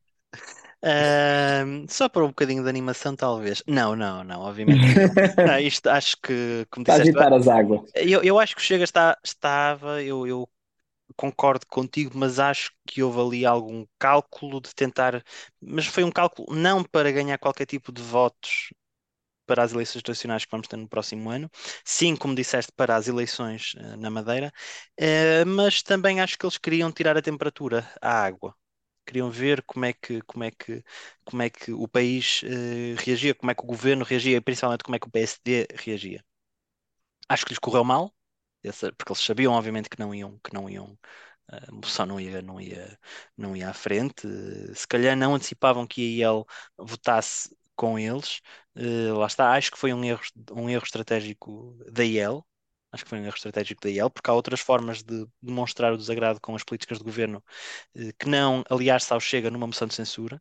Só para um bocadinho de animação, talvez. Não, não, não, obviamente que não. Não, isto acho que, como Para disseste, agitar as águas. eu acho que o Chega estava, eu concordo contigo, mas acho que houve ali algum cálculo de tentar, mas foi um cálculo não para ganhar qualquer tipo de votos para as eleições nacionais que vamos ter no próximo ano, sim, como disseste, para as eleições na Madeira, mas também acho que eles queriam tirar a temperatura à água. Queriam ver como é que o país reagia, como é que o governo reagia, e principalmente como é que o PSD reagia. Acho que lhes correu mal, porque eles sabiam, obviamente, que não iam, a moção não ia à frente. Se calhar não antecipavam que a IEL votasse com eles. Lá está, acho que foi um erro estratégico da IEL. Acho que foi um erro estratégico da IEL, porque há outras formas de demonstrar o desagrado com as políticas de governo que não aliar-se ao Chega numa moção de censura.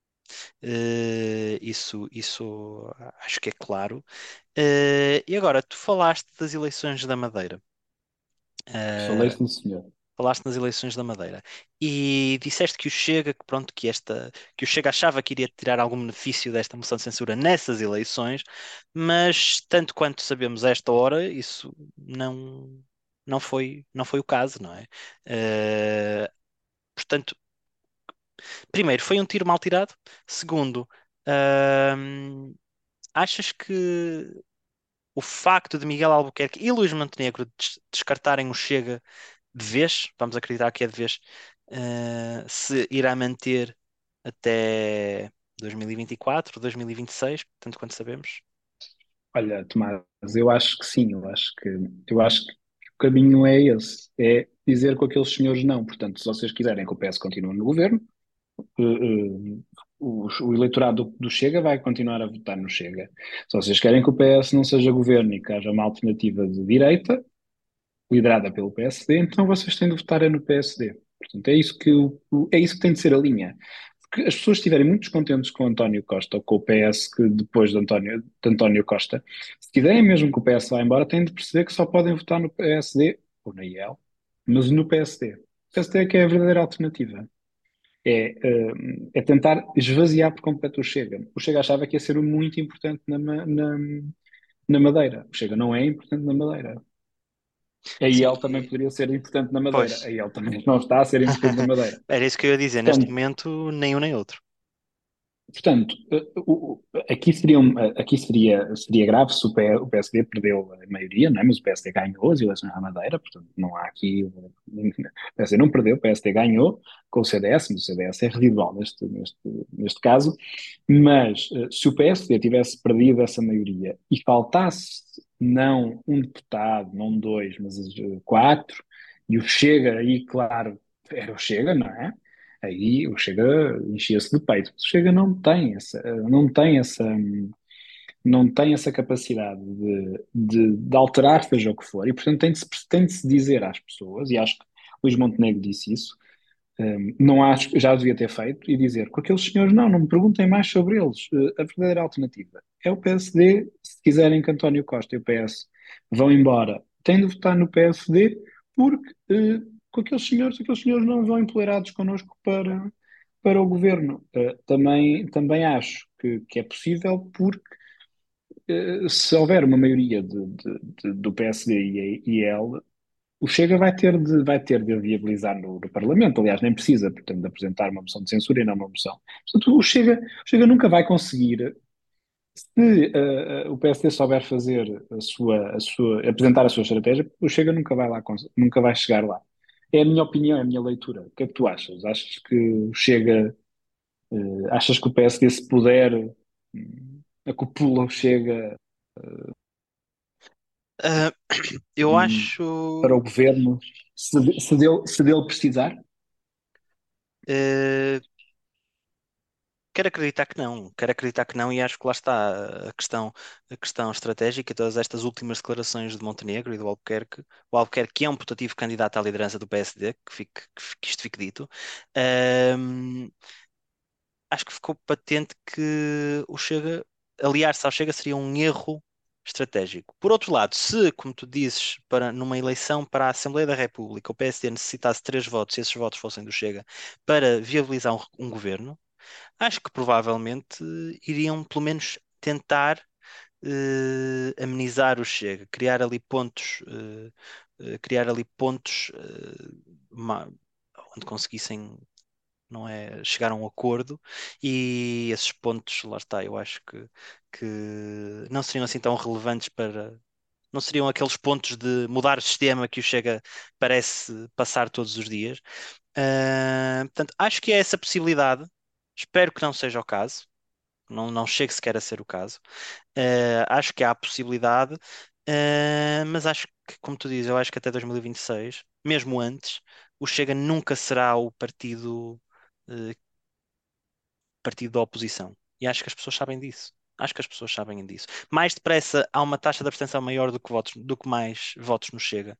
Isso acho que é claro. E agora, tu falaste das eleições da Madeira. Falei, Uh, sim, senhor. Falaste nas eleições da Madeira e disseste que o Chega, que pronto, que o Chega achava que iria tirar algum benefício desta moção de censura nessas eleições, mas tanto quanto sabemos a esta hora, isso não foi o caso, não é? Portanto, primeiro, foi um tiro mal tirado. Segundo, ahm, achas que o facto de Miguel Albuquerque e Luís Montenegro descartarem o Chega de vez, vamos acreditar que é de vez, se irá manter até 2024, 2026, tanto quanto sabemos? Olha, Tomás, eu acho que sim, eu acho que o caminho é esse, é dizer com aqueles senhores não. Portanto, se vocês quiserem que o PS continue no governo, o eleitorado do Chega vai continuar a votar no Chega. Se vocês querem que o PS não seja governo e que haja uma alternativa de direita, liderada pelo PSD, então vocês têm de votar é no PSD. Portanto, é isso que tem de ser a linha. Porque as pessoas estiverem muito descontentes com o António Costa ou com o PS que depois de António Costa, se quiserem mesmo que o PS vá embora, têm de perceber que só podem votar no PSD ou na IEL, mas no PSD. O PSD é que é a verdadeira alternativa. É tentar esvaziar por completo o Chega. O Chega achava que ia ser muito importante na Madeira. O Chega não é importante na Madeira. A Sim, IEL também poderia ser importante na Madeira. pois. A IEL também não está a ser importante na Madeira. Era isso que eu ia dizer. Neste Portanto, momento, nem um nem outro. Portanto, aqui seria grave se o PSD perdeu a maioria, não é? Mas o PSD ganhou as eleições na Madeira, portanto, não há aqui. O PSD não perdeu, o PSD ganhou com o CDS, mas o CDS é residual neste caso. Mas se o PSD tivesse perdido essa maioria e faltasse não um deputado, não dois, mas quatro, e o Chega aí, claro, era o Chega, não é? Aí o Chega enchia-se de peito. O Chega não tem essa capacidade de alterar, seja o que for, e portanto tem de se dizer às pessoas, e acho que Luís Montenegro disse isso, não acho, já devia ter feito, e dizer com aqueles senhores, não me perguntem mais sobre eles. A verdadeira alternativa é o PSD. Se quiserem que António Costa e o PS vão embora, têm de votar no PSD, porque com aqueles senhores não vão empoderados connosco para o governo. Também acho que é possível, porque se houver uma maioria do PSD e ele, o Chega vai ter de a viabilizar no Parlamento. Aliás, nem precisa, portanto, de apresentar uma moção de censura e não uma moção. Portanto, o Chega nunca vai conseguir. Se o PSD souber fazer apresentar a sua estratégia, o Chega nunca vai lá, nunca vai chegar lá. É a minha opinião, é a minha leitura. O que é que tu achas? Achas que o PSD, se puder, a cúpula chega Ah, eu hum, para acho. o governo, se dele precisar? eh, Quero acreditar que não, quero acreditar que não, e acho que lá está a questão estratégica e todas estas últimas declarações de Montenegro e do Albuquerque. O Albuquerque é um putativo candidato à liderança do PSD, que isto fique dito. Ahm, Acho que ficou patente que o Chega, aliar-se ao Chega seria um erro estratégico. Por outro lado, se, como tu dizes, numa eleição para a Assembleia da República, o PSD necessitasse 3 votos e esses votos fossem do Chega para viabilizar um governo, acho que provavelmente iriam pelo menos tentar amenizar o Chega, criar ali pontos onde conseguissem, não é, chegar a um acordo, e esses pontos, lá está, eu acho que não seriam assim tão relevantes não seriam aqueles pontos de mudar o sistema que o Chega parece passar todos os dias. Portanto, acho que é essa possibilidade. Espero que não seja o caso. Não chegue sequer a ser o caso. Acho que há a possibilidade, mas acho que, como tu dizes, eu acho que até 2026, mesmo antes, o Chega nunca será o partido da oposição. E acho que as pessoas sabem disso. Acho que as pessoas sabem disso. Mais depressa há uma taxa de abstenção maior do que mais votos nos chega.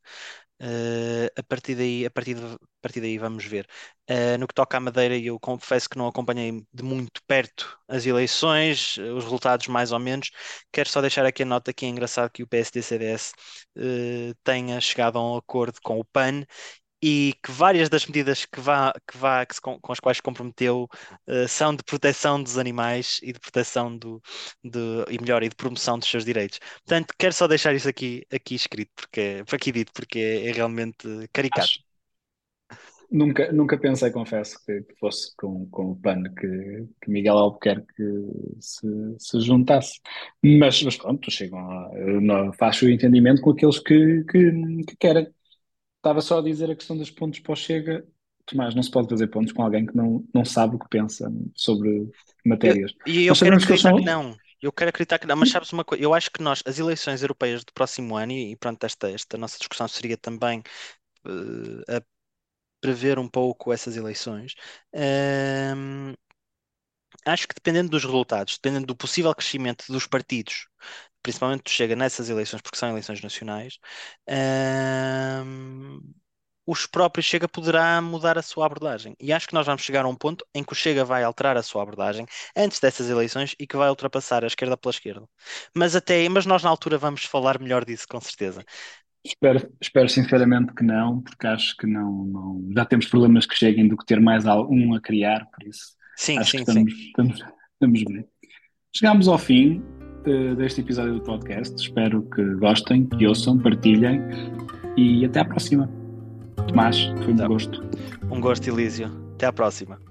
A partir daí vamos ver. No que toca à Madeira, eu confesso que não acompanhei de muito perto as eleições, os resultados mais ou menos. Quero só deixar aqui a nota que é engraçado que o PSD-CDS tenha chegado a um acordo com o PAN e que várias das medidas com as quais se comprometeu são de proteção dos animais e de proteção e de promoção dos seus direitos. Portanto, quero só deixar isso aqui escrito, aqui dito, porque é realmente caricato. Nunca pensei, confesso, que fosse com o PAN que Miguel Albuquerque se juntasse. Mas pronto, faço o entendimento com aqueles que querem. Estava só a dizer a questão dos pontos para o Chega. Tomás, não se pode fazer pontos com alguém que não sabe o que pensa sobre matérias. Eu Nós quero sabemos que eles acreditar são. que não. Eu quero acreditar que não, mas sabes uma coisa? Eu acho que as eleições europeias do próximo ano, e pronto, esta nossa discussão seria também a prever um pouco essas eleições. Acho que dependendo dos resultados, dependendo do possível crescimento dos partidos, principalmente do Chega nessas eleições, porque são eleições nacionais, os próprios Chega poderá mudar a sua abordagem. E acho que nós vamos chegar a um ponto em que o Chega vai alterar a sua abordagem antes dessas eleições e que vai ultrapassar a esquerda pela esquerda. Mas nós na altura vamos falar melhor disso, com certeza. Espero sinceramente que não, porque acho que já temos problemas que cheguem do que ter mais um a criar, por isso Sim, acho que sim. estamos bem. Chegámos ao fim deste episódio do podcast. Espero que gostem, que ouçam, partilhem e até à próxima. Tomás, foi um gosto. Um gosto, Elísio. Até à próxima.